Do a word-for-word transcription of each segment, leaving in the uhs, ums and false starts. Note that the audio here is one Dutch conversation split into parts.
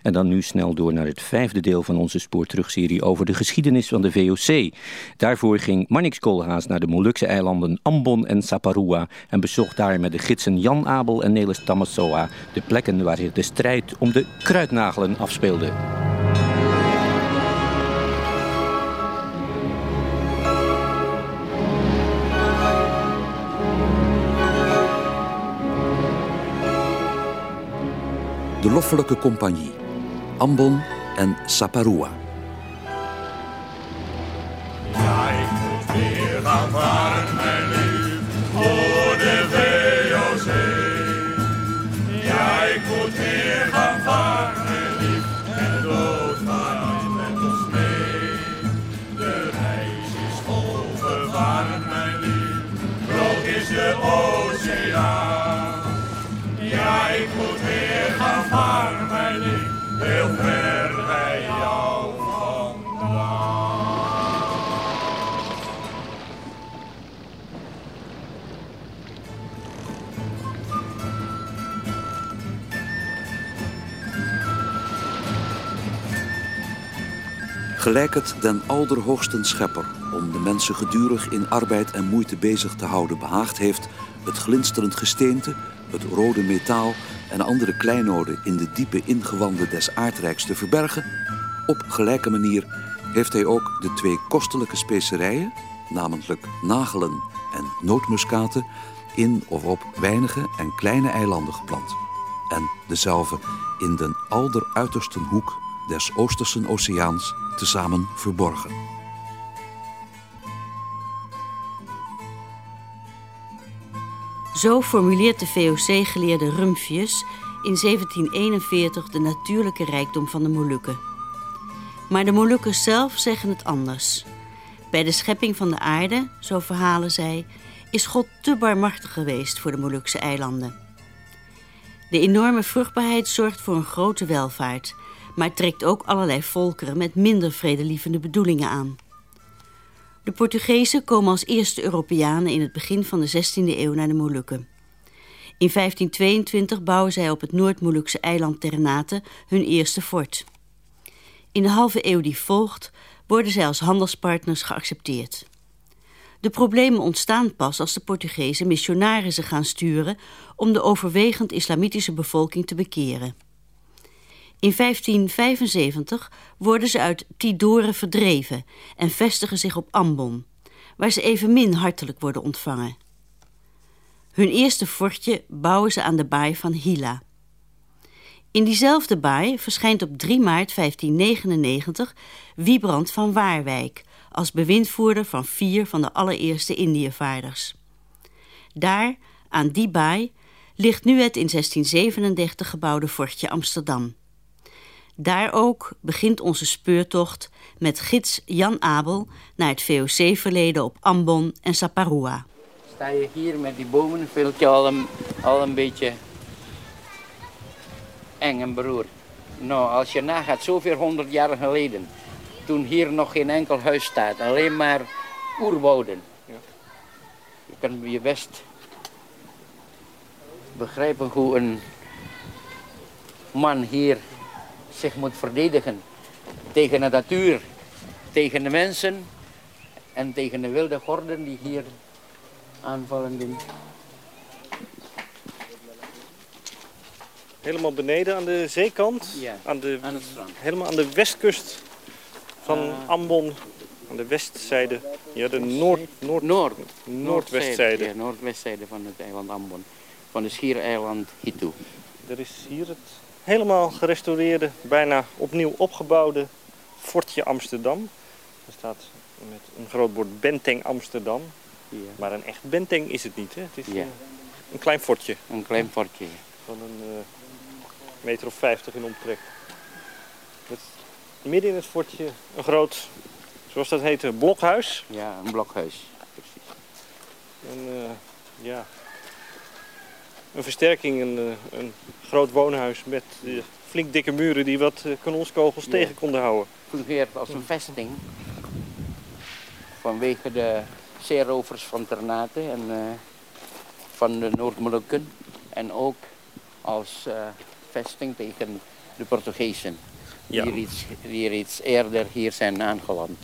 En dan nu snel door naar het vijfde deel van onze spoorterugserie over de geschiedenis van de V O C. Daarvoor ging Marnix Koolhaas naar de Molukse eilanden Ambon en Saparua en bezocht daar met de gidsen Jan Abel en Nelis Tamassoa de plekken waar zich de strijd om de kruidnagelen afspeelde. De Loffelijke Compagnie, Ambon en Saparua. Ja, ik moet weer gaan varen, mijn lief, voor de V O C. Ja, ik moet weer gaan varen, mijn lief, en de dood gaat met ons mee. De reis is overvaren, mijn lief, groot is de oceaan. Ja, ik moet weer gaan varen, mijn lief, heel ver bij jou vandaan. Gelijk het den alderhoogsten schepper om de mensen gedurig in arbeid en moeite bezig te houden behaagd heeft het glinsterend gesteente, het rode metaal en andere kleinoden in de diepe ingewanden des aardrijks te verbergen, op gelijke manier heeft hij ook de twee kostelijke specerijen, namelijk nagelen en nootmuskaten, in of op weinige en kleine eilanden geplant. En dezelve in den alleruitersten hoek des Oostersen Oceaans tezamen verborgen. Zo formuleert de V O C-geleerde Rumphius in zeventien eenenveertig de natuurlijke rijkdom van de Molukken. Maar de Molukkers zelf zeggen het anders. Bij de schepping van de aarde, zo verhalen zij, is God te barmhartig geweest voor de Molukse eilanden. De enorme vruchtbaarheid zorgt voor een grote welvaart, maar trekt ook allerlei volkeren met minder vredelievende bedoelingen aan. De Portugezen komen als eerste Europeanen in het begin van de zestiende eeuw naar de Molukken. In vijftien tweeëntwintig bouwen zij op het Noord-Molukse eiland Ternate hun eerste fort. In de halve eeuw die volgt worden zij als handelspartners geaccepteerd. De problemen ontstaan pas als de Portugezen missionarissen gaan sturen om de overwegend islamitische bevolking te bekeren. In vijftien vijfenzeventig worden ze uit Tidore verdreven en vestigen zich op Ambon, waar ze evenmin hartelijk worden ontvangen. Hun eerste fortje bouwen ze aan de baai van Hila. In diezelfde baai verschijnt op drie maart vijftien negenennegentig Wiebrand van Waarwijk als bewindvoerder van vier van de allereerste Indiëvaarders. Daar, aan die baai, ligt nu het in zestien zevenendertig gebouwde fortje Amsterdam. Daar ook begint onze speurtocht met gids Jan Abel naar het V O C-verleden op Ambon en Saparua. Sta je hier met die bomen, voelt je al een, al een beetje eng en beroerd. Nou, als je nagaat, zoveel honderd jaar geleden, toen hier nog geen enkel huis staat, alleen maar oerwouden. Ja. Je kan je best begrijpen hoe een man hier zich moet verdedigen tegen de natuur, tegen de mensen en tegen de wilde horden die hier aanvallen doen. Helemaal beneden aan de zeekant, ja, aan de, aan het strand. Helemaal aan de westkust van uh, Ambon, aan de westzijde, ja, de noord, noord, noord, noordwestzijde. Ja, noordwestzijde van het eiland Ambon, van de schiereiland Hitu. Er is hier het helemaal gerestaureerde, bijna opnieuw opgebouwde fortje Amsterdam. Er staat met een groot bord Benteng Amsterdam. Ja. Maar een echt Benteng is het niet, hè? Het is ja. een, een klein fortje. Een klein fortje. Van een uh, meter of vijftig in omtrek. Met midden in het fortje een groot, zoals dat heet, een blokhuis. Ja, een blokhuis, precies. En uh, ja, een versterking, een, uh, een groot woonhuis met uh, flink dikke muren die wat uh, kanonskogels ja. tegen konden houden. Fungeert als een vesting vanwege de zeerovers van Ternate en uh, van de Noord-Molukken. En ook als uh, vesting tegen de Portugezen. Ja. Die, iets, die iets eerder hier zijn aangeland.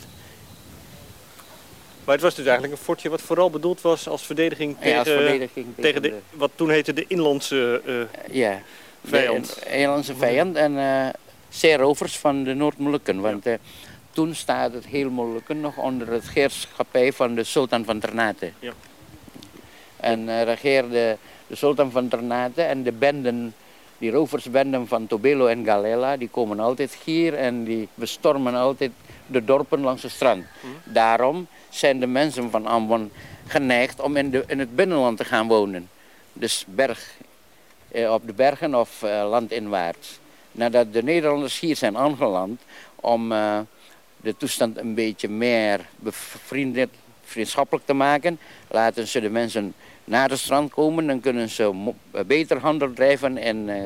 Maar het was dus eigenlijk een fortje wat vooral bedoeld was als verdediging tegen, Ja, als verdediging tegen, tegen de, de, wat toen heette de inlandse uh, ja, vijand. De inlandse vijand en uh, zeerovers van de Noord-Molukken. Want ja. uh, toen staat het heel Molukken nog onder het heerschappij van de sultan van Ternate. Ja. En uh, regeerde de sultan van Ternate en de benden, die roversbenden van Tobelo en Galela, die komen altijd hier en die bestormen altijd de dorpen langs het strand. Mm. Daarom zijn de mensen van Ambon geneigd om in, de, in het binnenland te gaan wonen. Dus berg, eh, op de bergen of eh, landinwaarts. Nadat de Nederlanders hier zijn aangeland om uh, de toestand een beetje meer bevriendelijk, vriendschappelijk te maken, laten ze de mensen naar het strand komen. Dan kunnen ze beter handel drijven en uh,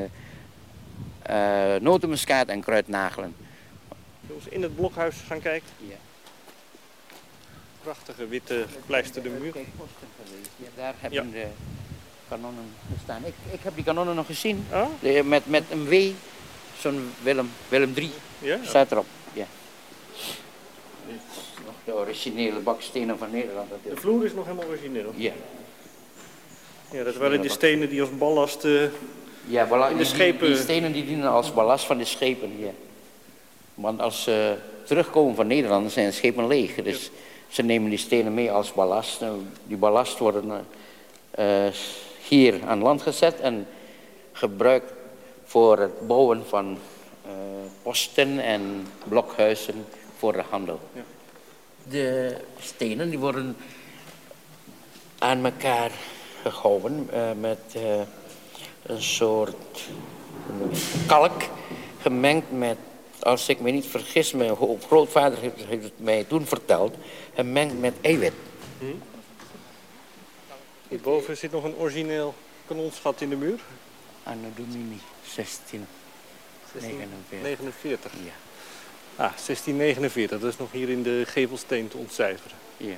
uh, notenmuskaat en kruidnagelen. Zullen we in het blokhuis gaan kijken? Ja. Prachtige witte gepleisterde muur. Ja, daar hebben ja. de kanonnen gestaan. Ik, ik heb die kanonnen nog gezien. Oh? De, met, met een W, zo'n Willem, Willem drie ja? staat erop. Ja. Dit is nog de originele bakstenen van Nederland. De vloer is nog helemaal origineel? Ja. Ja, dat waren die stenen die als ballast uh, ja, balla in de schepen... Die, die stenen die dienen als ballast van de schepen, ja. Want als ze terugkomen van Nederland zijn de schepen leeg. Dus ja. ze nemen die stenen mee als ballast. Die ballast worden uh, hier aan land gezet en gebruikt voor het bouwen van uh, posten en blokhuizen voor de handel. Ja. De stenen die worden aan elkaar gehouden uh, met uh, een soort kalk gemengd met, als ik me niet vergis, mijn grootvader heeft, heeft het mij toen verteld, gemengd met eiwit. Hmm. Hierboven zit nog een origineel kanonschat in de muur. Anno Domini zestien negenenveertig. Ja. Ah, zestien negenenveertig, dat is nog hier in de gevelsteen te ontcijferen. Ja.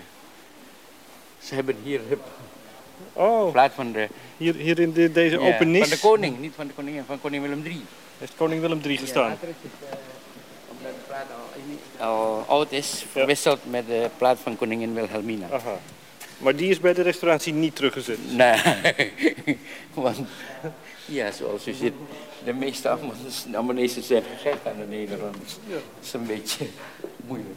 Ze hebben hier oh, in plaats van de... Hier, hier in de, deze ja, open nis? Van de koning, niet van de koningin, van koning Willem drie. Heeft koning Willem drie gestaan? Ja, later is het, uh, omdat de plaat al, al oud is, verwisseld ja. met de plaat van koningin Wilhelmina. Aha. Maar die is bij de restauratie niet teruggezet? Nee, want ja, zoals u ziet, de meeste Ambonezen zijn gek aan de Nederlanders. Ja. Dat is een beetje moeilijk.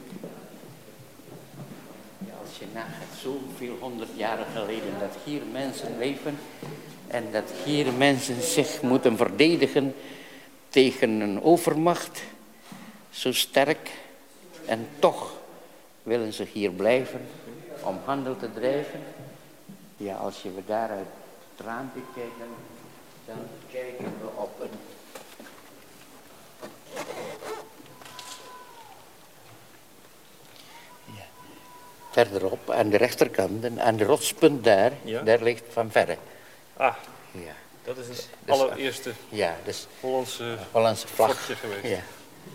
Ja, als je nagaat, zoveel honderd jaren geleden, dat hier mensen leven en dat hier mensen zich moeten verdedigen tegen een overmacht, zo sterk, en toch willen ze hier blijven om handel te drijven. Ja, als je we daar uit het raampje kijkt, dan, dan kijken we op een... Ja. Verderop, aan de rechterkant, en aan de rotspunt daar, ja. daar ligt Van Verre. Ah, ja. Dat is het dus, allereerste ja, dus, Hollandse, Hollandse vlag geweest. Ja.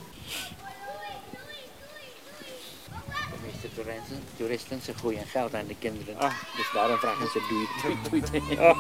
De toeristen, toeristen, ze gooien geld aan de kinderen. Ah. Dus daarom vragen ze, doe je het, doe je het. Ah.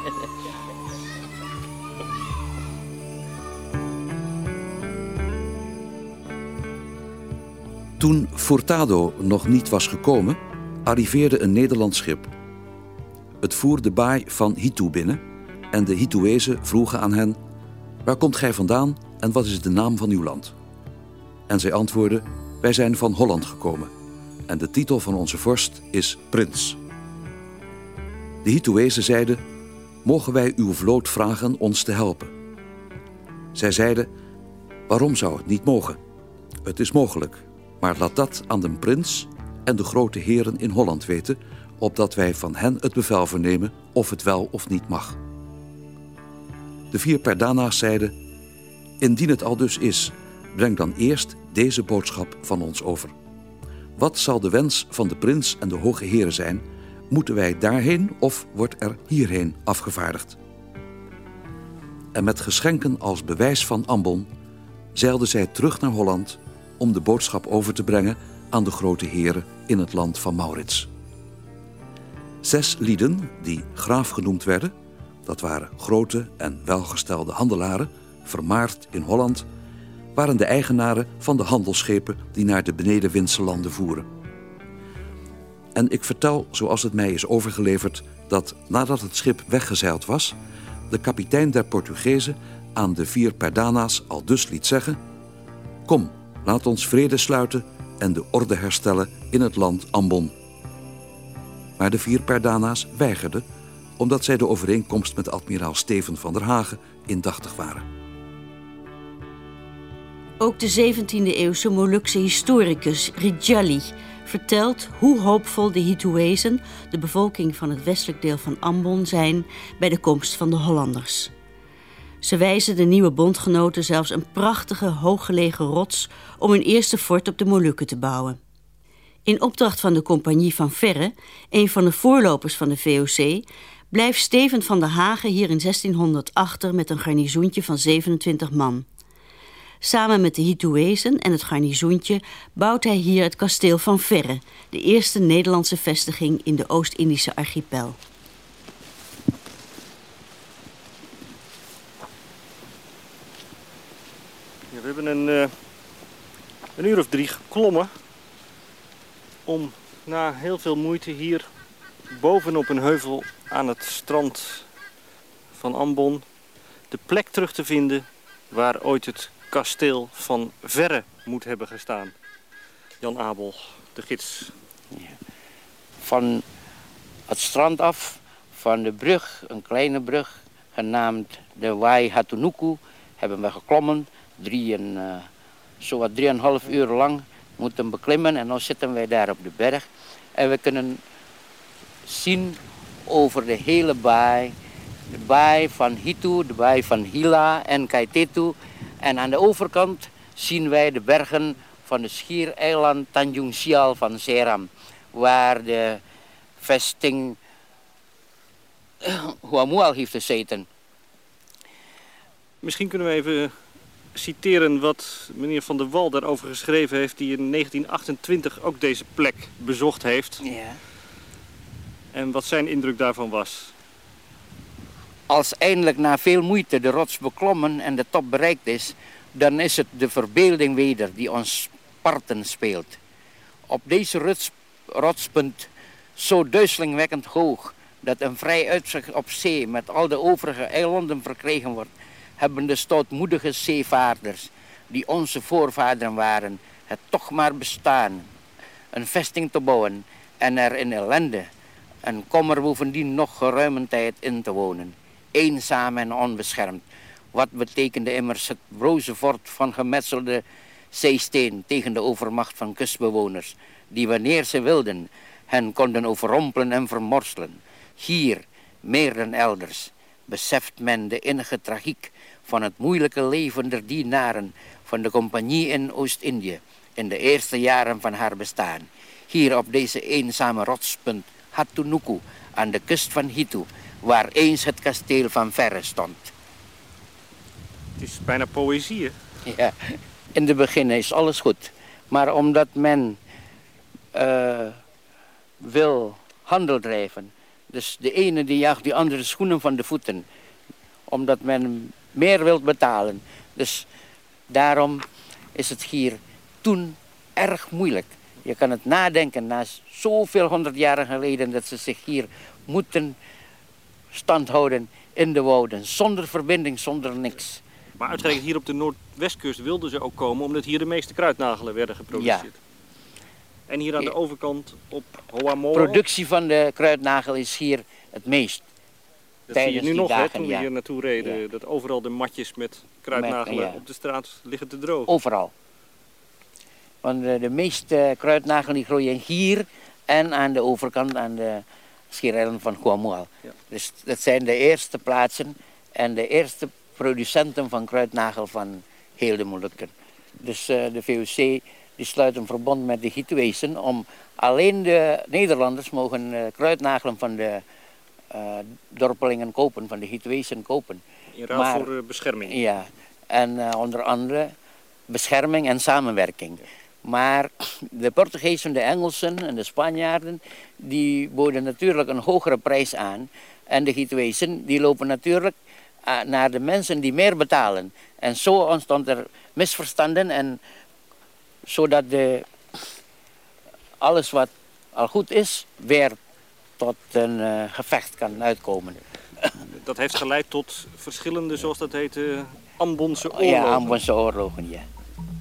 Toen Furtado nog niet was gekomen, arriveerde een Nederlands schip. Het voer de baai van Hitu binnen en de Hituezen vroegen aan hen: waar komt gij vandaan en wat is de naam van uw land? En zij antwoordden: wij zijn van Holland gekomen. En de titel van onze vorst is prins. De Hituezen zeiden: mogen wij uw vloot vragen ons te helpen? Zij zeiden: waarom zou het niet mogen? Het is mogelijk, maar laat dat aan de prins en de grote heren in Holland weten, opdat wij van hen het bevel vernemen of het wel of niet mag. De vier Perdana's zeiden: indien het al dus is, breng dan eerst deze boodschap van ons over. Wat zal de wens van de prins en de hoge heren zijn? Moeten wij daarheen of wordt er hierheen afgevaardigd? En met geschenken als bewijs van Ambon zeilden zij terug naar Holland om de boodschap over te brengen aan de grote heren in het land van Maurits. Zes lieden die graaf genoemd werden, dat waren grote en welgestelde handelaren, vermaard in Holland, waren de eigenaren van de handelsschepen die naar de Benedenwindse landen voeren. En ik vertel, zoals het mij is overgeleverd, dat nadat het schip weggezeild was, de kapitein der Portugezen aan de vier Perdana's aldus liet zeggen: kom, laat ons vrede sluiten en de orde herstellen in het land Ambon. Maar de vier Perdana's weigerden, omdat zij de overeenkomst met admiraal Steven van der Hagen indachtig waren. Ook de zeventiende-eeuwse Molukse historicus Ridjali vertelt hoe hoopvol de Hituezen, de bevolking van het westelijk deel van Ambon, zijn bij de komst van de Hollanders. Ze wijzen de nieuwe bondgenoten zelfs een prachtige, hooggelegen rots om hun eerste fort op de Molukken te bouwen. In opdracht van de Compagnie van Verre, een van de voorlopers van de V O C, blijft Steven van der Hagen hier in zestienhonderd achter met een garnizoentje van zevenentwintig man. Samen met de Hituezen en het garnizoentje bouwt hij hier het kasteel van Verre, de eerste Nederlandse vestiging in de Oost-Indische archipel. Ja, we hebben een, uh, een uur of drie geklommen om na heel veel moeite hier bovenop een heuvel aan het strand van Ambon de plek terug te vinden waar ooit het kasteel van Verre moet hebben gestaan. Jan Abel, de gids. Ja. Van het strand af, van de brug, een kleine brug, genaamd de Wai Hatunuku, hebben we geklommen. Drie en, uh, zowat drieënhalf uur lang moeten beklimmen en nu zitten wij daar op de berg. En we kunnen zien over de hele baai, de baai van Hitu, de baai van Hila en Kaitetu. En aan de overkant zien wij de bergen van de schiereiland Tanjung Sial van Seram, waar de vesting Huamual heeft gezeten. Misschien kunnen we even citeren wat meneer Van der Wal daarover geschreven heeft, die in negentien achtentwintig ook deze plek bezocht heeft. Ja. En wat zijn indruk daarvan was. Als eindelijk na veel moeite de rots beklommen en de top bereikt is, dan is het de verbeelding weder die ons parten speelt. Op deze rots, rotspunt, zo duizelingwekkend hoog, dat een vrij uitzicht op zee met al de overige eilanden verkregen wordt, hebben de stoutmoedige zeevaarders, die onze voorvaderen waren, het toch maar bestaan, een vesting te bouwen en er in ellende en kommer bovendien nog geruime tijd in te wonen. Eenzaam en onbeschermd. Wat betekende immers het broze fort van gemetselde zeesteen tegen de overmacht van kustbewoners, die wanneer ze wilden, hen konden overrompelen en vermorselen. Hier, meer dan elders, beseft men de innige tragiek van het moeilijke leven der dienaren van de compagnie in Oost-Indië in de eerste jaren van haar bestaan. Hier op deze eenzame rotspunt Hatunuku aan de kust van Hitu, waar eens het kasteel van Verre stond. Het is bijna poëzie, hè? Ja, in de begin is alles goed. Maar omdat men uh, wil handel drijven, dus de ene die jaagt die andere schoenen van de voeten, omdat men meer wil betalen. Dus daarom is het hier toen erg moeilijk. Je kan het nadenken na zoveel honderd jaren geleden dat ze zich hier moeten standhouden in de wouden. Zonder verbinding, zonder niks. Maar uitgerekend hier op de Noordwestkust wilden ze ook komen omdat hier de meeste kruidnagelen werden geproduceerd. Ja. En hier aan de overkant op Hoamoa. De productie van de kruidnagel is hier het meest. Dat zie je nu nog, dagen, hè, toen we ja. hier naartoe reden. Ja. Dat overal de matjes met kruidnagelen met, ja. op de straat liggen te drogen. Overal. Want de, de meeste kruidnagelen die groeien hier en aan de overkant aan de schiereiland van Huamual. Ja. Dus dat zijn de eerste plaatsen en de eerste producenten van kruidnagel van heel de Molukken. Dus uh, de V O C die sluit een verbond met de Hituezen om alleen de Nederlanders mogen uh, kruidnagelen van de uh, dorpelingen kopen, van de Hituezen kopen. In ruil maar, voor uh, bescherming? Ja, en uh, onder andere bescherming en samenwerking. Ja. Maar de Portugezen, de Engelsen en de Spanjaarden die boden natuurlijk een hogere prijs aan. En de Hituezen die lopen natuurlijk uh, naar de mensen die meer betalen. En zo ontstond er misverstanden en zodat de, alles wat al goed is weer tot een uh, gevecht kan uitkomen. Dat heeft geleid tot verschillende, zoals dat heet, uh, Ambonse oorlogen. Ja, Ambonse oorlogen, ja.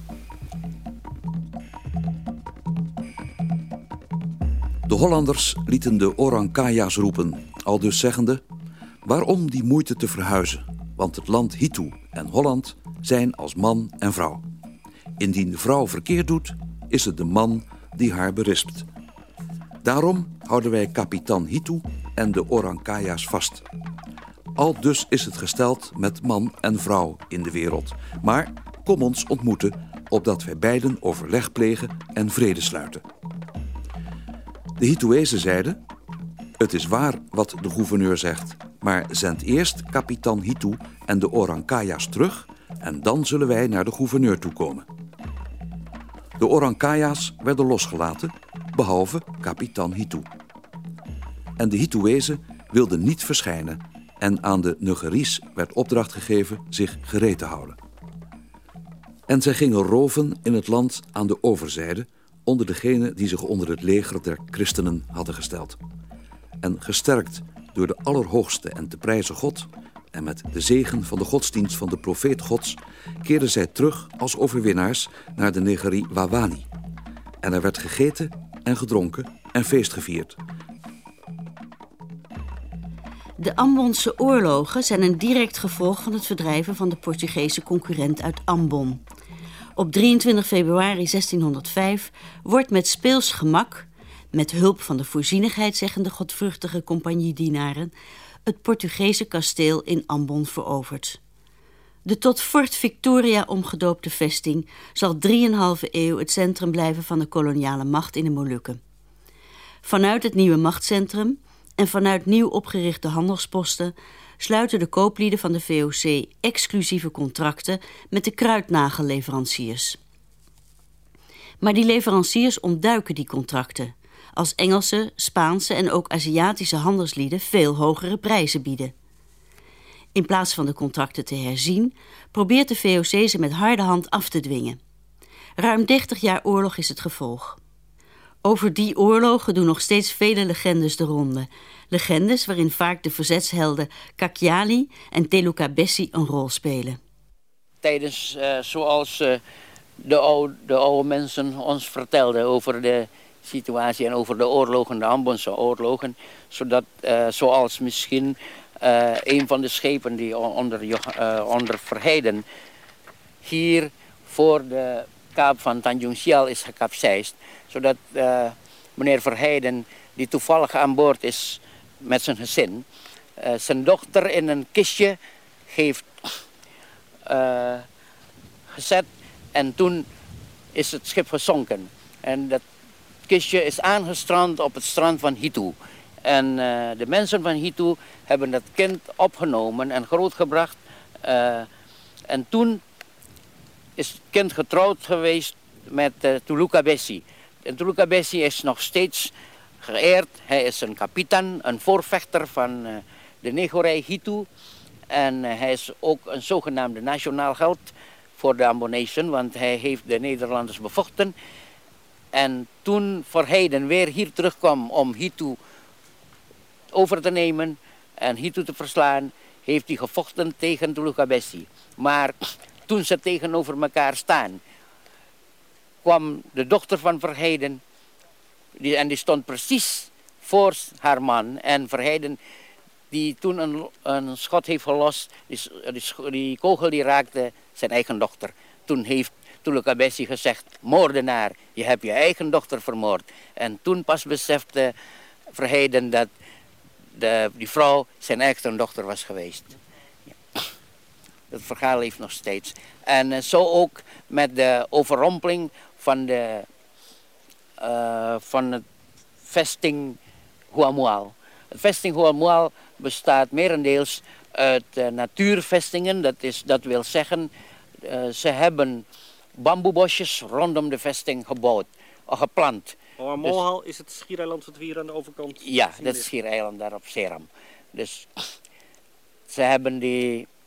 De Hollanders lieten de Orang Kaya's roepen, aldus zeggende: waarom die moeite te verhuizen? Want het land Hitu en Holland zijn als man en vrouw. Indien de vrouw verkeerd doet, is het de man die haar berispt. Daarom houden wij kapitan Hitu en de Orang Kaya's vast. Aldus is het gesteld met man en vrouw in de wereld. Maar kom ons ontmoeten, opdat wij beiden overleg plegen en vrede sluiten. De Hituezen zeiden: het is waar wat de gouverneur zegt, maar zend eerst kapitan Hitu en de Orang Kaya's terug en dan zullen wij naar de gouverneur toekomen. De Orang Kaya's werden losgelaten, behalve kapitan Hitu. En de Hituezen wilden niet verschijnen en aan de Negeries werd opdracht gegeven zich gereed te houden. En zij gingen roven in het land aan de overzijde, onder degenen die zich onder het leger der christenen hadden gesteld. En gesterkt door de Allerhoogste en te prijzen God en met de zegen van de godsdienst van de profeet Gods keerden zij terug als overwinnaars naar de Negerie Wawani. En er werd gegeten en gedronken en feest gevierd. De Ambonse oorlogen zijn een direct gevolg van het verdrijven van de Portugese concurrent uit Ambon. Op drieëntwintig februari zestienhonderdvijf wordt met speels gemak, met hulp van de voorzienigheid, zeggen de godvruchtige compagniedienaren, het Portugese kasteel in Ambon veroverd. De tot Fort Victoria omgedoopte vesting zal drieënhalve eeuw het centrum blijven van de koloniale macht in de Molukken. Vanuit het nieuwe machtscentrum en vanuit nieuw opgerichte handelsposten sluiten de kooplieden van de V O C exclusieve contracten met de kruidnagelleveranciers. Maar die leveranciers ontduiken die contracten, als Engelse, Spaanse en ook Aziatische handelslieden veel hogere prijzen bieden. In plaats van de contracten te herzien, probeert de V O C ze met harde hand af te dwingen. Ruim dertig jaar oorlog is het gevolg. Over die oorlogen doen nog steeds vele legendes de ronde. Legendes waarin vaak de verzetshelden Kakiali en Telukabessi een rol spelen. Tijdens, uh, zoals uh, de, oude, de oude mensen ons vertelden over de situatie en over de oorlogen, de Ambonse oorlogen, zodat, uh, zoals misschien uh, een van de schepen die onder, uh, onder Verheiden hier voor de kaap van Tanjung Sial is gekapseist, zodat uh, meneer Verheiden, die toevallig aan boord is met zijn gezin, uh, zijn dochter in een kistje heeft uh, gezet en toen is het schip gezonken. En dat kistje is aangestrand op het strand van Hitu. En uh, de mensen van Hitu hebben dat kind opgenomen en grootgebracht. Uh, en toen is het kind getrouwd geweest met uh, Telukabessi. En Telukabessi is nog steeds geëerd. Hij is een kapitan, een voorvechter van uh, de Negorij Hitu. En uh, hij is ook een zogenaamde nationaal held voor de Ambonation, want hij heeft de Nederlanders bevochten. En toen Verheiden weer hier terugkwam om Hitu over te nemen en Hitu te verslaan, heeft hij gevochten tegen Telukabessi. Maar toen ze tegenover elkaar staan, kwam de dochter van Verheiden, die, en die stond precies voor haar man. En Verheiden, die toen een, een schot heeft gelost, die, die, die kogel die raakte zijn eigen dochter. Toen heeft Telukabessi gezegd: moordenaar, je hebt je eigen dochter vermoord. En toen pas besefte Verheiden dat de, die vrouw zijn eigen dochter was geweest. Ja. Dat verhaal leeft nog steeds. En uh, zo ook met de overrompeling van de uh, van het vesting Huamual. Het vesting Huamual bestaat merendeels uit uh, natuurvestingen. Dat, is, dat wil zeggen, uh, ze hebben bamboebosjes rondom de vesting gebouwd, uh, geplant. Huamual dus, is het schiereiland wat we hier aan de overkant ja, zien. Ja, dat is schiereiland daar op Seram. Dus ze hebben die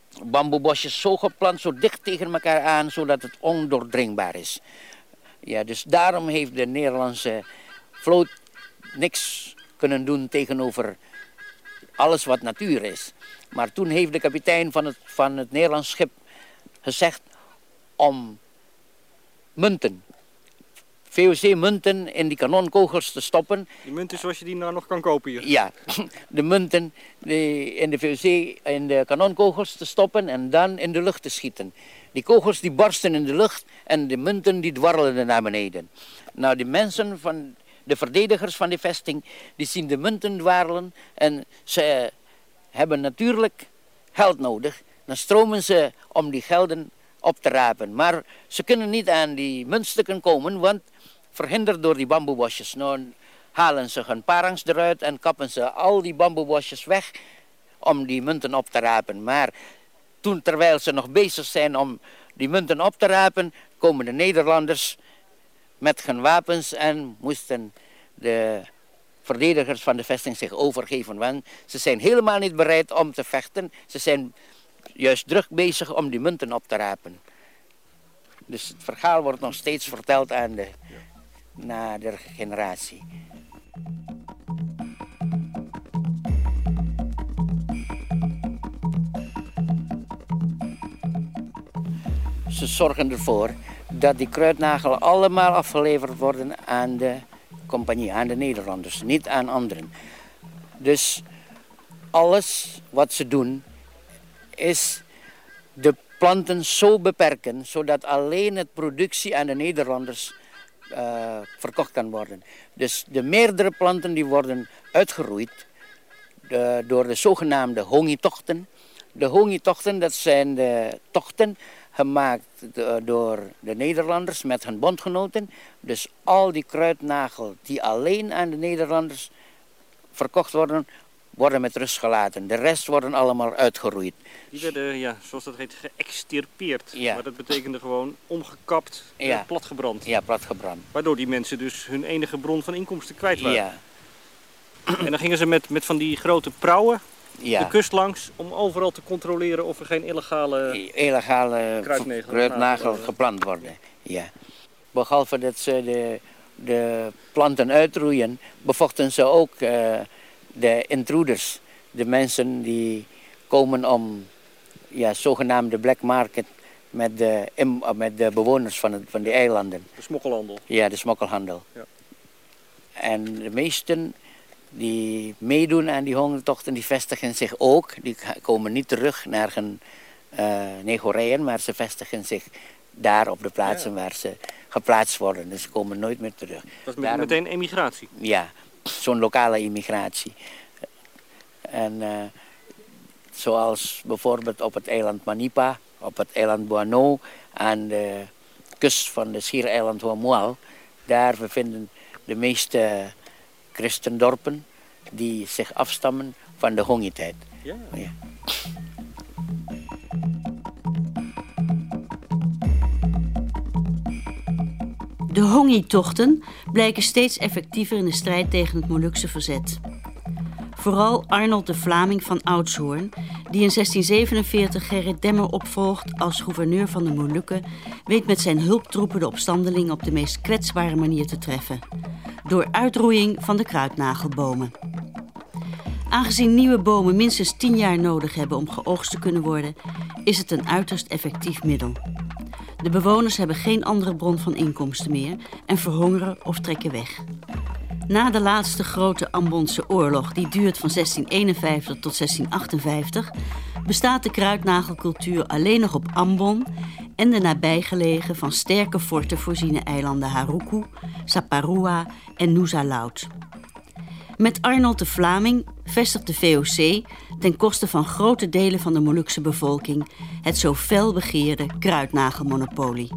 bamboebosjes zo geplant, zo dicht tegen elkaar aan, zodat het ondoordringbaar is. Ja, dus daarom heeft de Nederlandse vloot niks kunnen doen tegenover alles wat natuur is. Maar toen heeft de kapitein van het, van het Nederlands schip gezegd om munten, V O C-munten in die kanonkogels te stoppen. Die munten zoals je die nou nog kan kopen hier? Ja, de munten die in de V O C in de kanonkogels te stoppen en dan in de lucht te schieten. Die kogels die barsten in de lucht en de munten die dwarrelden naar beneden. Nou, die mensen van de verdedigers van die vesting, die zien de munten dwarrelen en ze hebben natuurlijk geld nodig. Dan stromen ze om die gelden op te rapen. Maar ze kunnen niet aan die muntstukken komen, want verhinderd door die bamboebosjes. Nou halen ze hun parangs eruit en kappen ze al die bamboebosjes weg om die munten op te rapen. Maar toen, terwijl ze nog bezig zijn om die munten op te rapen, komen de Nederlanders met hun wapens en moesten de verdedigers van de vesting zich overgeven. Want ze zijn helemaal niet bereid om te vechten. Ze zijn juist druk bezig om die munten op te rapen. Dus het verhaal wordt nog steeds verteld aan de nadere generatie. Ze zorgen ervoor dat die kruidnagelen allemaal afgeleverd worden aan de compagnie, aan de Nederlanders, niet aan anderen. Dus alles wat ze doen is de planten zo beperken, zodat alleen het productie aan de Nederlanders uh, verkocht kan worden. Dus de meerdere planten die worden uitgeroeid de, door de zogenaamde hongitochten. De hongitochten, dat zijn de tochten gemaakt door de Nederlanders met hun bondgenoten. Dus al die kruidnagel die alleen aan de Nederlanders verkocht worden, worden met rust gelaten. De rest worden allemaal uitgeroeid. Die werden, ja, zoals dat heet, geëxtirpeerd. Ja. Maar dat betekende gewoon omgekapt, ja. eh, platgebrand. Ja, platgebrand. Waardoor die mensen dus hun enige bron van inkomsten kwijt waren. Ja. En dan gingen ze met, met van die grote prauwen Ja. de kust langs om overal te controleren of er geen illegale illegale kruidnagel, kruidnagel geplant worden. Ja. Behalve dat ze de, de planten uitroeien, bevochten ze ook uh, de intruders. De mensen die komen om ja, zogenaamde black market met de, met de bewoners van, het, van die eilanden. De smokkelhandel. Ja, de smokkelhandel. Ja. En de meesten die meedoen aan die hongertochten, die vestigen zich ook. Die komen niet terug naar hun uh, negorijen, maar ze vestigen zich daar op de plaatsen ja. waar ze geplaatst worden. Dus ze komen nooit meer terug. Dat is Daarom, meteen emigratie? Ja, zo'n lokale immigratie. En uh, zoals bijvoorbeeld op het eiland Manipa, op het eiland Boano, aan de kust van de schiereiland Hoamual, daar bevinden de meeste christendorpen die zich afstammen van de hongertijd. Ja. Ja. De hongertochten blijken steeds effectiever in de strijd tegen het Molukse verzet. Vooral Arnold de Vlaming van Oudshoorn, die in zestien zevenenveertig Gerrit Demmer opvolgt als gouverneur van de Molukken, weet met zijn hulptroepen de opstandelingen op de meest kwetsbare manier te treffen. Door uitroeiing van de kruidnagelbomen. Aangezien nieuwe bomen minstens tien jaar nodig hebben om geoogst te kunnen worden, is het een uiterst effectief middel. De bewoners hebben geen andere bron van inkomsten meer en verhongeren of trekken weg. Na de laatste grote Ambonse oorlog, die duurt van zestien eenenvijftig tot zestien achtenvijftig, bestaat de kruidnagelcultuur alleen nog op Ambon en de nabijgelegen van sterke forten voorziene eilanden Haruku, Saparua en Nusa Laut. Met Arnold de Vlaming vestigt de V O C ten koste van grote delen van de Molukse bevolking het zo fel begeerde kruidnagelmonopolie.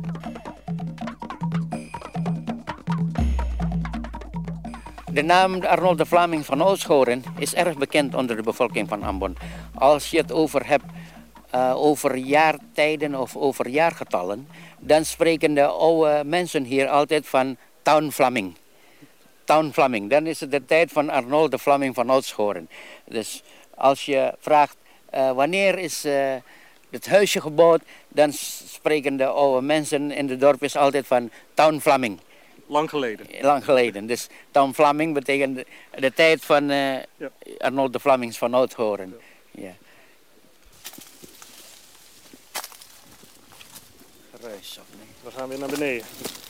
De naam Arnold de Vlaming van Oudshoorn is erg bekend onder de bevolking van Ambon. Als je het over hebt uh, over jaartijden of over jaargetallen, dan spreken de oude mensen hier altijd van Town Vlaming. Town Vlaming, dan is het de tijd van Arnold de Vlaming van Oudshoorn. Dus als je vraagt uh, wanneer is uh, het huisje gebouwd, dan spreken de oude mensen in het dorp is altijd van Town Vlaming. Lang geleden. Lang geleden. Dus Town Vlaming betekent de, de tijd van uh, ja. Arnold de Vlamings van Oudhoorn. Ja. Ja. Geruis of nee? We gaan weer naar beneden.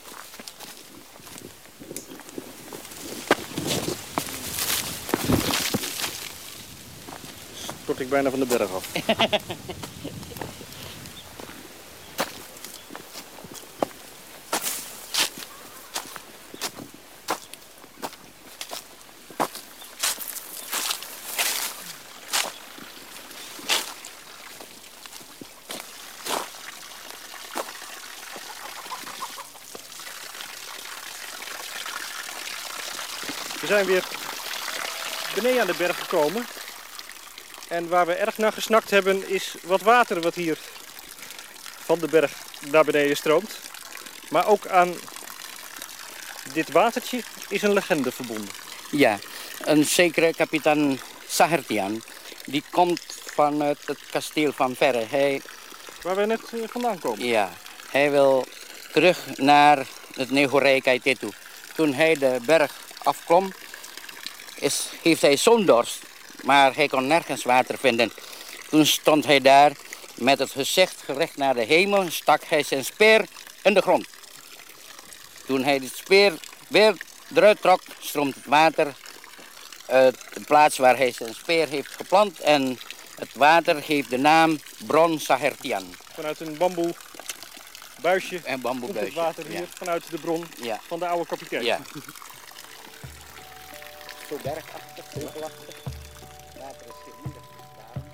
Stort ik bijna van de berg af. We zijn weer beneden aan de berg gekomen. En waar we erg naar gesnakt hebben is wat water wat hier van de berg naar beneden stroomt. Maar ook aan dit watertje is een legende verbonden. Ja, een zekere kapitein Sahertian, die komt vanuit het kasteel van Verre. Hij, waar we net uh, vandaan komen. Ja, hij wil terug naar het Negorij toe. Toen hij de berg afklom, is, heeft hij zo'n dorst, maar hij kon nergens water vinden. Toen stond hij daar met het gezicht gericht naar de hemel, stak hij zijn speer in de grond. Toen hij de speer weer eruit trok, stroomt het water uit de plaats waar hij zijn speer heeft geplant en het water geeft de naam Bron Sahertian. Vanuit een bamboe buisje en bamboebuisje, komt het water hier, ja, vanuit de bron, ja, van de oude kapitein. Ja. Zo bergachtig, heuvelachtig. Water is hier niet warm.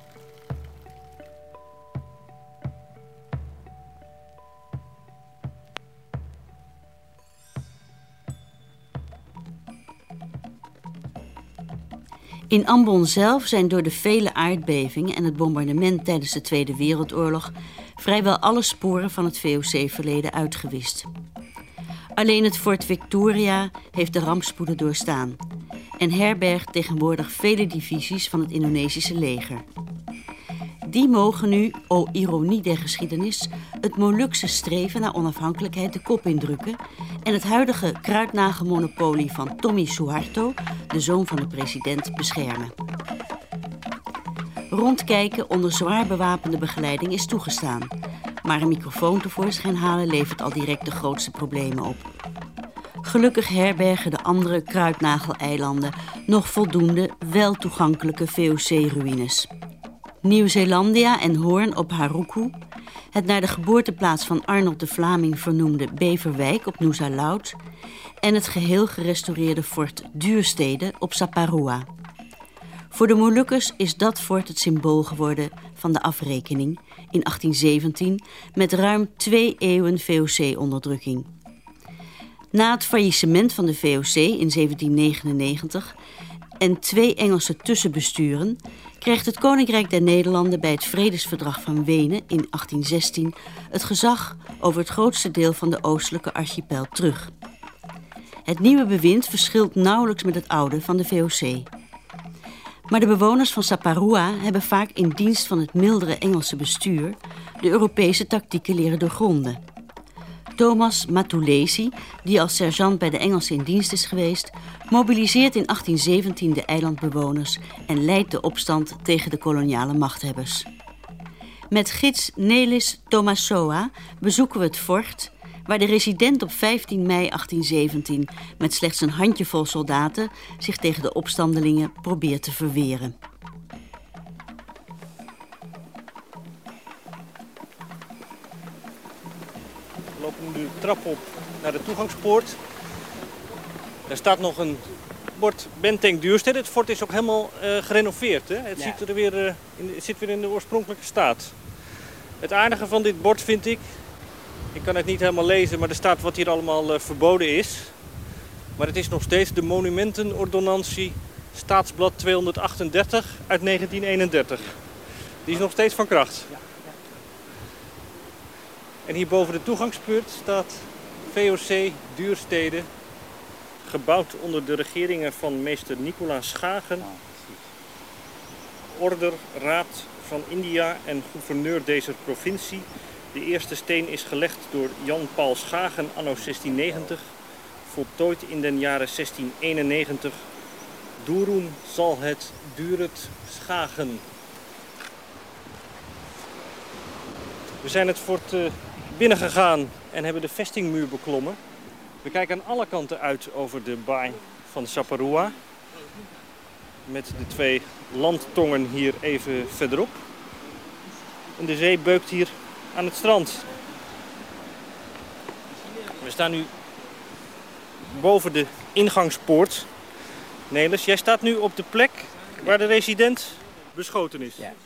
In Ambon zelf zijn door de vele aardbevingen en het bombardement tijdens de Tweede Wereldoorlog vrijwel alle sporen van het V O C-verleden uitgewist. Alleen het Fort Victoria heeft de rampspoeden doorstaan en herbergt tegenwoordig vele divisies van het Indonesische leger. Die mogen nu, o ironie der geschiedenis, het Molukse streven naar onafhankelijkheid de kop indrukken en het huidige kruidnagelmonopolie van Tommy Suharto, de zoon van de president, beschermen. Rondkijken onder zwaar bewapende begeleiding is toegestaan, maar een microfoon tevoorschijn halen levert al direct de grootste problemen op. Gelukkig herbergen de andere kruidnageleilanden nog voldoende wel toegankelijke V O C-ruïnes. Nieuw-Zeelandia en Hoorn op Haruku, het naar de geboorteplaats van Arnold de Vlaming vernoemde Beverwijk op Nusa Loud en het geheel gerestaureerde fort Duurstede op Saparua. Voor de Molukkers is dat fort het symbool geworden van de afrekening in achttien zeventien met ruim twee eeuwen V O C-onderdrukking. Na het faillissement van de V O C in zeventien negenennegentig en twee Engelse tussenbesturen kreeg het Koninkrijk der Nederlanden bij het Vredesverdrag van Wenen in achttien zestien het gezag over het grootste deel van de oostelijke archipel terug. Het nieuwe bewind verschilt nauwelijks met het oude van de V O C. Maar de bewoners van Saparua hebben vaak in dienst van het mildere Engelse bestuur de Europese tactieken leren doorgronden. Thomas Matulesi, die als sergeant bij de Engelsen in dienst is geweest, mobiliseert in achttien zeventien de eilandbewoners en leidt de opstand tegen de koloniale machthebbers. Met gids Nelis Tomasoa bezoeken we het fort, waar de resident op vijftien mei achttien zeventien met slechts een handjevol soldaten zich tegen de opstandelingen probeert te verweren. We lopen nu de trap op naar de toegangspoort. Er staat nog een bord Benteng Duurstede. Het fort is ook helemaal uh, gerenoveerd. Hè? Het, ja. ziet er weer, uh, in, het zit weer in de oorspronkelijke staat. Het aardige van dit bord vind ik, ik kan het niet helemaal lezen, maar er staat wat hier allemaal uh, verboden is. Maar het is nog steeds de Monumentenordonnantie Staatsblad tweehonderdachtendertig uit negentien eenendertig. Die is nog steeds van kracht. Ja. Ja. En hier boven de toegangspoort staat V O C Duurstede, gebouwd onder de regeringen van meester Nicolaas Schagen. Order, raad, van India en gouverneur deze provincie. De eerste steen is gelegd door Jan Paul Schagen anno zestien negentig. Voltooid in den jaren zestien eenennegentig. Doeroem zal het duret Schagen. We zijn het fort uh, binnengegaan en hebben de vestingmuur beklommen. We kijken aan alle kanten uit over de baai van Saparua. Met de twee landtongen hier even verderop. En de zee beukt hier aan het strand. We staan nu boven de ingangspoort. Nelis, jij staat nu op de plek waar de resident beschoten is. Ja.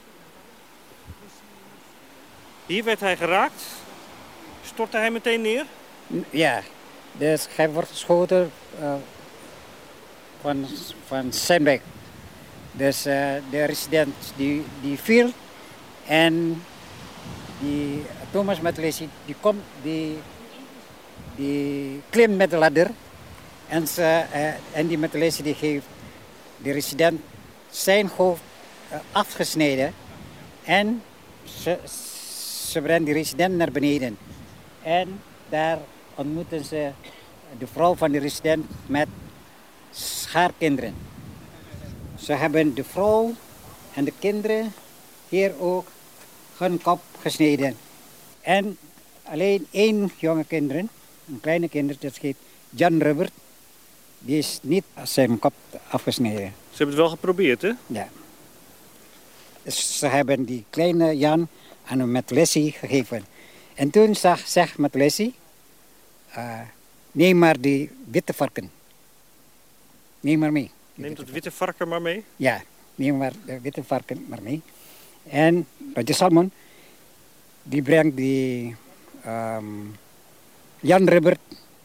Hier werd hij geraakt. Stortte hij meteen neer? Ja, dus hij wordt geschoten uh, van, van zijn weg. Dus uh, de resident die, die viel en die Thomas Matulesi die komt, die, die klimt met de ladder en, ze, uh, en die Matulesi die heeft de resident zijn hoofd uh, afgesneden en ze, ze brengt de resident naar beneden. En daar ontmoeten ze de vrouw van de resident met schaarkinderen. Ze hebben de vrouw en de kinderen hier ook hun kop gesneden. En alleen één jonge kinderen, een kleine kinder, dat heet Jan Robert, die is niet zijn kop afgesneden. Ze hebben het wel geprobeerd, hè? Ja. Dus ze hebben die kleine Jan aan een Matulesi gegeven. En toen zag, zegt Matulesi, uh, neem maar die witte varken. Neem maar mee. Neemt het witte varken maar mee? Ja, neem maar de witte varken maar mee. En Raja Salman, die brengt die um, Jan Robert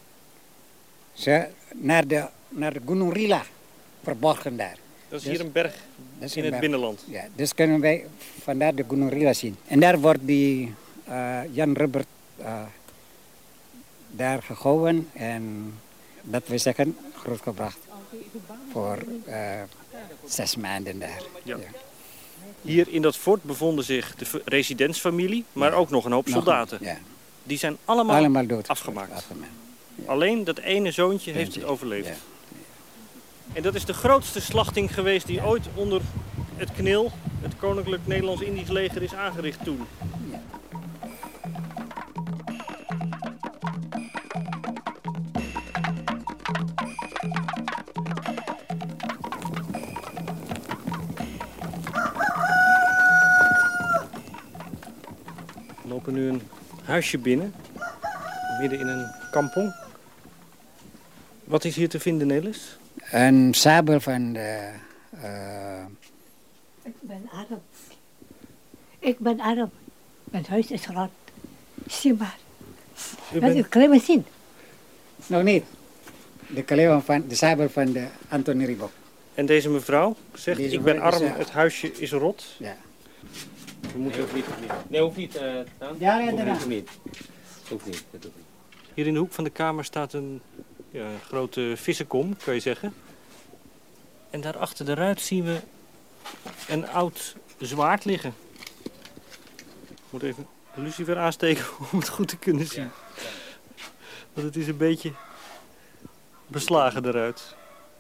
ze naar de, naar de Gunung Rila, verborgen daar. Dat is dus, hier een berg in het berg. binnenland. Ja, dus kunnen wij vandaar de Gunung Rila zien. En daar wordt die uh, Jan Robert uh, daar gehouden en dat we zeggen grootgebracht voor uh, zes maanden daar. Ja. Ja. Hier in dat fort bevonden zich de residentsfamilie, maar ook nog een hoop soldaten. Ja. Die zijn allemaal, allemaal dood afgemaakt. afgemaakt. Ja. Alleen dat ene zoontje heeft het overleefd. Ja. En dat is de grootste slachting geweest die ooit onder het K N I L, het Koninklijk Nederlands-Indisch Leger, is aangericht toen. Ja. We lopen nu een huisje binnen, midden in een kampong. Wat is hier te vinden, Nelis? Een sabel van de... Uh... Ik ben Arab. Ik ben Arab. Mijn huis is groot. Zie maar. U Wil bent... u klimmen zien? Nog niet. De kleeuwen van de sabel van de Anthony Reebok. En deze mevrouw zegt, Deze ik ben mevrouw arm, is, uh, het huisje is rot. Ja. We moeten... Nee, hoeft niet. Hoeft niet. Nee, hoeft niet. Uh, Ja, ja, hoeft daarna. niet. Hoeft niet. Hoeft niet. Dat hoeft niet. Hier in de hoek van de kamer staat een ja, grote vissenkom, kan je zeggen. En daar achter de ruit zien we een oud zwaard liggen. Ik moet even de lucifer aansteken om het goed te kunnen zien. Want het is een beetje beslagen eruit.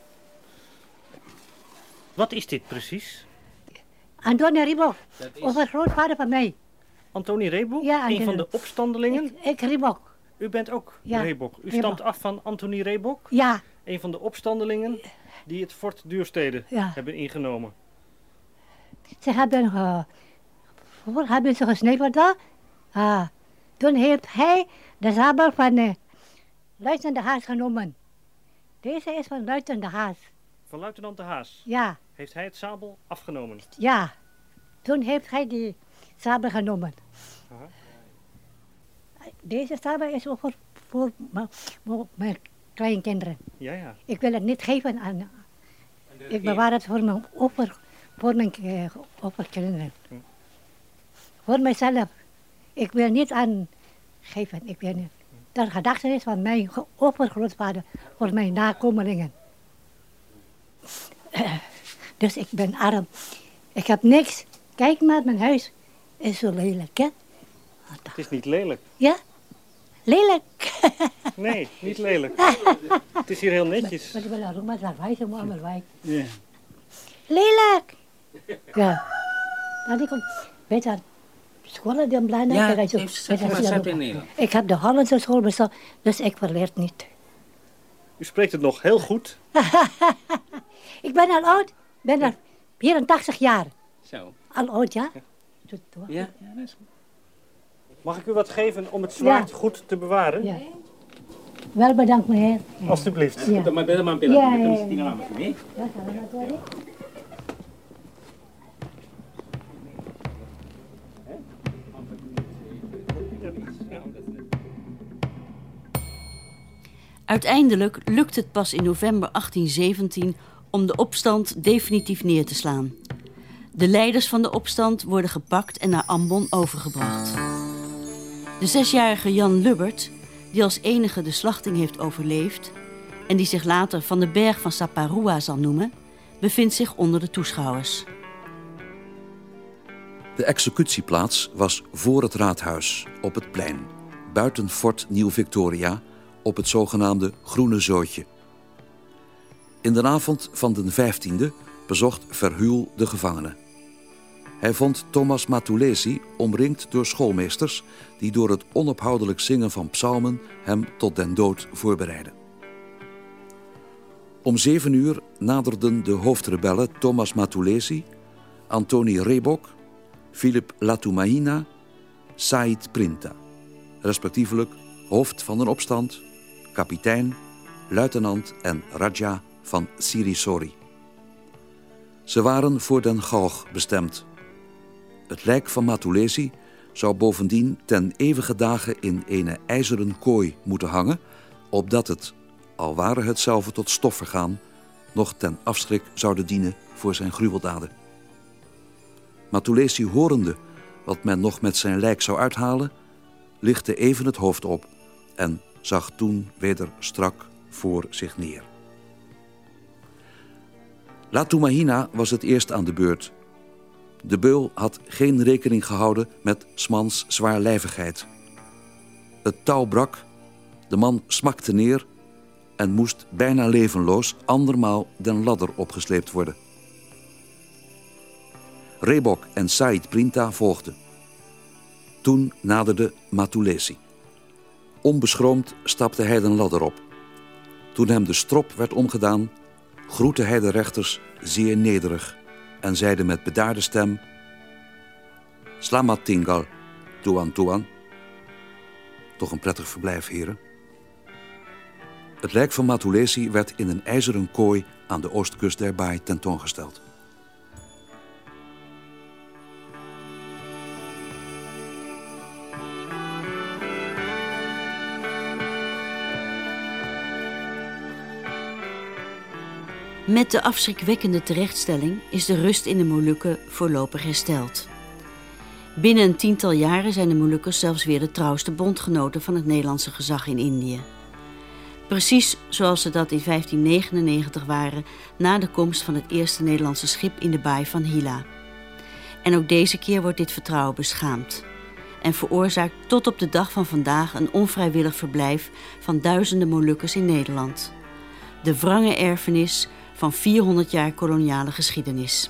Wat is dit precies? Antonia Reebok. Overgrootvader van mij. Antonie Reebok, Ja, een van de- de opstandelingen. Ik, ik Reebok. U bent ook Ja, Reebok. U Reebok. stamt af van Antonie Reebok, Ja, een van de opstandelingen die het fort Duurstede Ja. hebben ingenomen. ze hebben, ge, voor hebben ze gesneden daar. Ah, toen heeft hij de sabel van uh, luitenant de Haas genomen. Deze is van luitenant de Haas. Van luitenant de Haas Ja, heeft hij het sabel afgenomen. ja. Toen heeft hij die sabel genomen. Aha. Deze sabel is ook voor, voor, m- voor mijn kleinkinderen. Ja, ja. Ik wil het niet geven aan... Ik bewaar het voor mijn over, voor mijn eh, overkinderen. Hm. Voor mijzelf. Ik wil niet aan geven. Ik wil niet. Dat gedachtenis van mijn ge- overgrootvader voor mijn nakomelingen. Dus ik ben arm. Ik heb niks Kijk maar, mijn huis is zo lelijk, hè? Het is niet lelijk. Ja? Lelijk. Nee, niet lelijk. Het is hier heel netjes. Maar ik wil ook maar zeggen, wij zijn allemaal wij. Ja. Lelijk. Ja. Maar ik kom, weet je, scholen die belangrijk. Ja, Ja, zo, heeft ze in Nederland. ik heb de Hollandse school bestaan, dus ik verleer niet. U spreekt het nog heel goed. Ik ben al oud, ben al vierentachtig jaar. Zo. Al oud, ja? Ja, ja, dat is goed. Mag ik u wat geven om het zwaard Ja. goed te bewaren? Ja. Wel bedankt, meneer. Alsjeblieft. Ja. Maar ben je maar een Ja, ja, ja. die naam mee. Ja, gaan we naar door. Uiteindelijk lukt het pas in november achttien zeventien om de opstand definitief neer te slaan. De leiders van de opstand worden gepakt en naar Ambon overgebracht. De zesjarige Jan Lubbert, die als enige de slachting heeft overleefd en die zich later Van de Berg van Saparua zal noemen, bevindt zich onder de toeschouwers. De executieplaats was voor het raadhuis, op het plein, buiten Fort Nieuw-Victoria, op het zogenaamde Groene Zootje. In de avond van de vijftiende bezocht Verhuel de gevangenen. Hij vond Thomas Matulesi omringd door schoolmeesters die door het onophoudelijk zingen van psalmen hem tot den dood voorbereidden. Om zeven uur naderden de hoofdrebellen Thomas Matulesi, Antoni Rebok, Philip Latumahina, Said Printa, respectievelijk hoofd van een opstand, kapitein, luitenant en raja van Sirisori. Ze waren voor den galg bestemd. Het lijk van Matulesi zou bovendien ten eeuwige dagen in een ijzeren kooi moeten hangen, opdat het, al ware het zelf tot stof vergaan, nog ten afschrik zouden dienen voor zijn gruweldaden. Matulesi, horende wat men nog met zijn lijk zou uithalen, lichtte even het hoofd op en zag toen weder strak voor zich neer. Latumahina was het eerst aan de beurt. De beul had geen rekening gehouden met 's mans zwaarlijvigheid. Het touw brak, de man smakte neer en moest bijna levenloos andermaal den ladder opgesleept worden. Rebok en Said Printa volgden. Toen naderde Matulesi. Onbeschroomd stapte hij den ladder op. Toen hem de strop werd omgedaan, groette hij de rechters zeer nederig en zeide met bedaarde stem: Slamat tinggal, tuan tuan. Toch een prettig verblijf, heren. Het lijk van Matulesi werd in een ijzeren kooi aan de oostkust der baai tentoongesteld. Met de afschrikwekkende terechtstelling is de rust in de Molukken voorlopig hersteld. Binnen een tiental jaren zijn de Molukkers zelfs weer de trouwste bondgenoten van het Nederlandse gezag in Indië. Precies zoals ze dat in vijftien negenennegentig waren na de komst van het eerste Nederlandse schip in de baai van Hila. En ook deze keer wordt dit vertrouwen beschaamd en veroorzaakt tot op de dag van vandaag een onvrijwillig verblijf van duizenden Molukkers in Nederland. De wrange erfenis van vierhonderd jaar koloniale geschiedenis.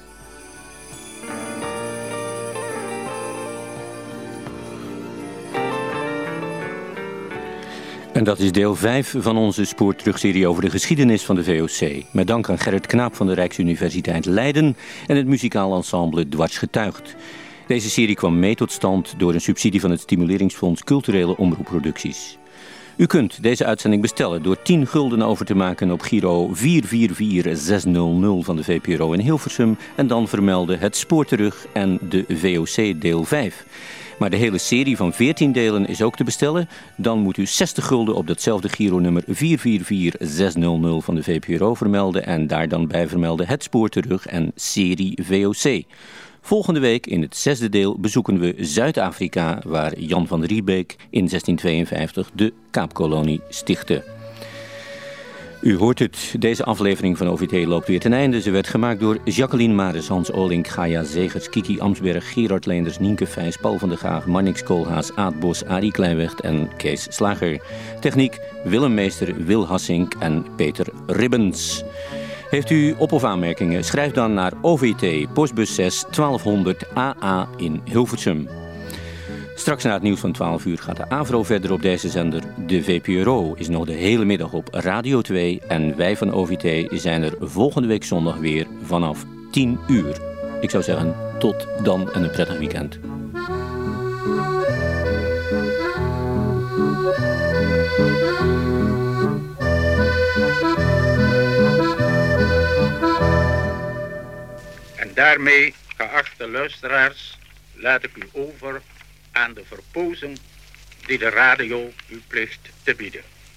En dat is deel vijf van onze spoorterugserie over de geschiedenis van de V O C. Met dank aan Gerrit Knaap van de Rijksuniversiteit Leiden en het muzikaal ensemble Dwars Getuigt. Deze serie kwam mee tot stand door een subsidie van het Stimuleringsfonds Culturele Omroepproducties. U kunt deze uitzending bestellen door tien gulden over te maken op Giro vier vier vier zes nul nul van de V P R O in Hilversum en dan vermelden Het Spoor Terug en de V O C deel vijf. Maar de hele serie van veertien delen is ook te bestellen. Dan moet u zestig gulden op datzelfde Giro-nummer vier vier vier zes nul nul van de V P R O vermelden en daar dan bij vermelden Het Spoor Terug en serie V O C. Volgende week in het zesde deel bezoeken we Zuid-Afrika, waar Jan van Riebeek in zestien tweeënvijftig de Kaapkolonie stichtte. U hoort het, deze aflevering van O V T loopt weer ten einde. Ze werd gemaakt door Jacqueline Maris, Hans Olink, Gaia Zegers, Kiki Amsberg, Gerard Leenders, Nienke Vijs, Paul van der Gaag, Marnix Koolhaas, Aad Bos, Arie Kleinweg en Kees Slager. Techniek Willem Meester, Wil Hassink en Peter Ribbens. Heeft u op- of aanmerkingen? Schrijf dan naar O V T, postbus zes, twaalfhonderd A A in Hilversum. Straks na het nieuws van twaalf uur gaat de AVRO verder op deze zender. De V P R O is nog de hele middag op Radio twee. En wij van O V T zijn er volgende week zondag weer vanaf tien uur. Ik zou zeggen, tot dan en een prettig weekend. En daarmee, geachte luisteraars, laat ik u over aan de verpozing die de radio u plicht te bieden.